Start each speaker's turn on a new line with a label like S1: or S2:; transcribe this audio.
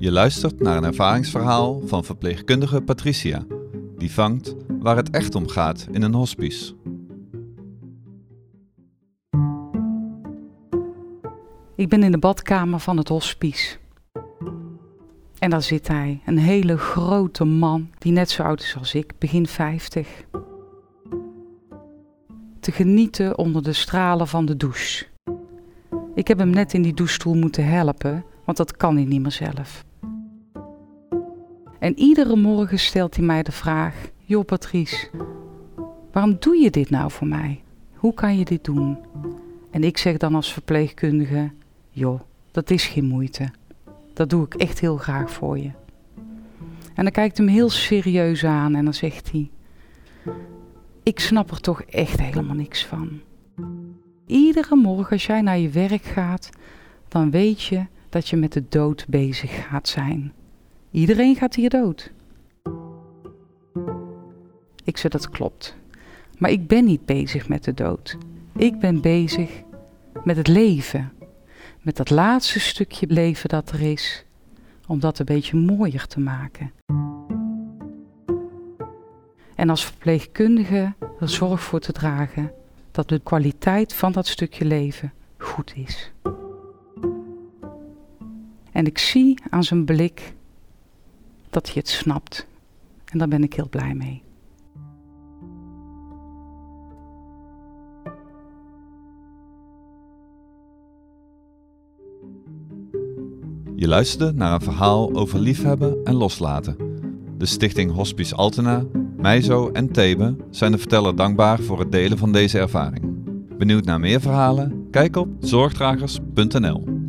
S1: Je luistert naar een ervaringsverhaal van verpleegkundige Patricia, die vangt waar het echt om gaat in een hospice.
S2: Ik ben in de badkamer van het hospice. En daar zit hij, een hele grote man die net zo oud is als ik, begin 50. Te genieten onder de stralen van de douche. Ik heb hem net in die douchestoel moeten helpen, want dat kan hij niet meer zelf. En iedere morgen stelt hij mij de vraag: joh Patrice, waarom doe je dit nou voor mij? Hoe kan je dit doen? En ik zeg dan als verpleegkundige: joh, dat is geen moeite. Dat doe ik echt heel graag voor je. En dan kijkt hij me heel serieus aan en dan zegt hij: ik snap er toch echt helemaal niks van. Iedere morgen als jij naar je werk gaat, dan weet je dat je met de dood bezig gaat zijn. Iedereen gaat hier dood. Ik zeg: dat klopt. Maar ik ben niet bezig met de dood. Ik ben bezig met het leven. Met dat laatste stukje leven dat er is. Om dat een beetje mooier te maken. En als verpleegkundige er zorg voor te dragen dat de kwaliteit van dat stukje leven goed is. En ik zie aan zijn blik dat hij het snapt. En daar ben ik heel blij mee.
S1: Je luisterde naar een verhaal over liefhebben en loslaten. De stichting Hospice Altena, Meizo en Thebe zijn de verteller dankbaar voor het delen van deze ervaring. Benieuwd naar meer verhalen? Kijk op zorgdragers.nl.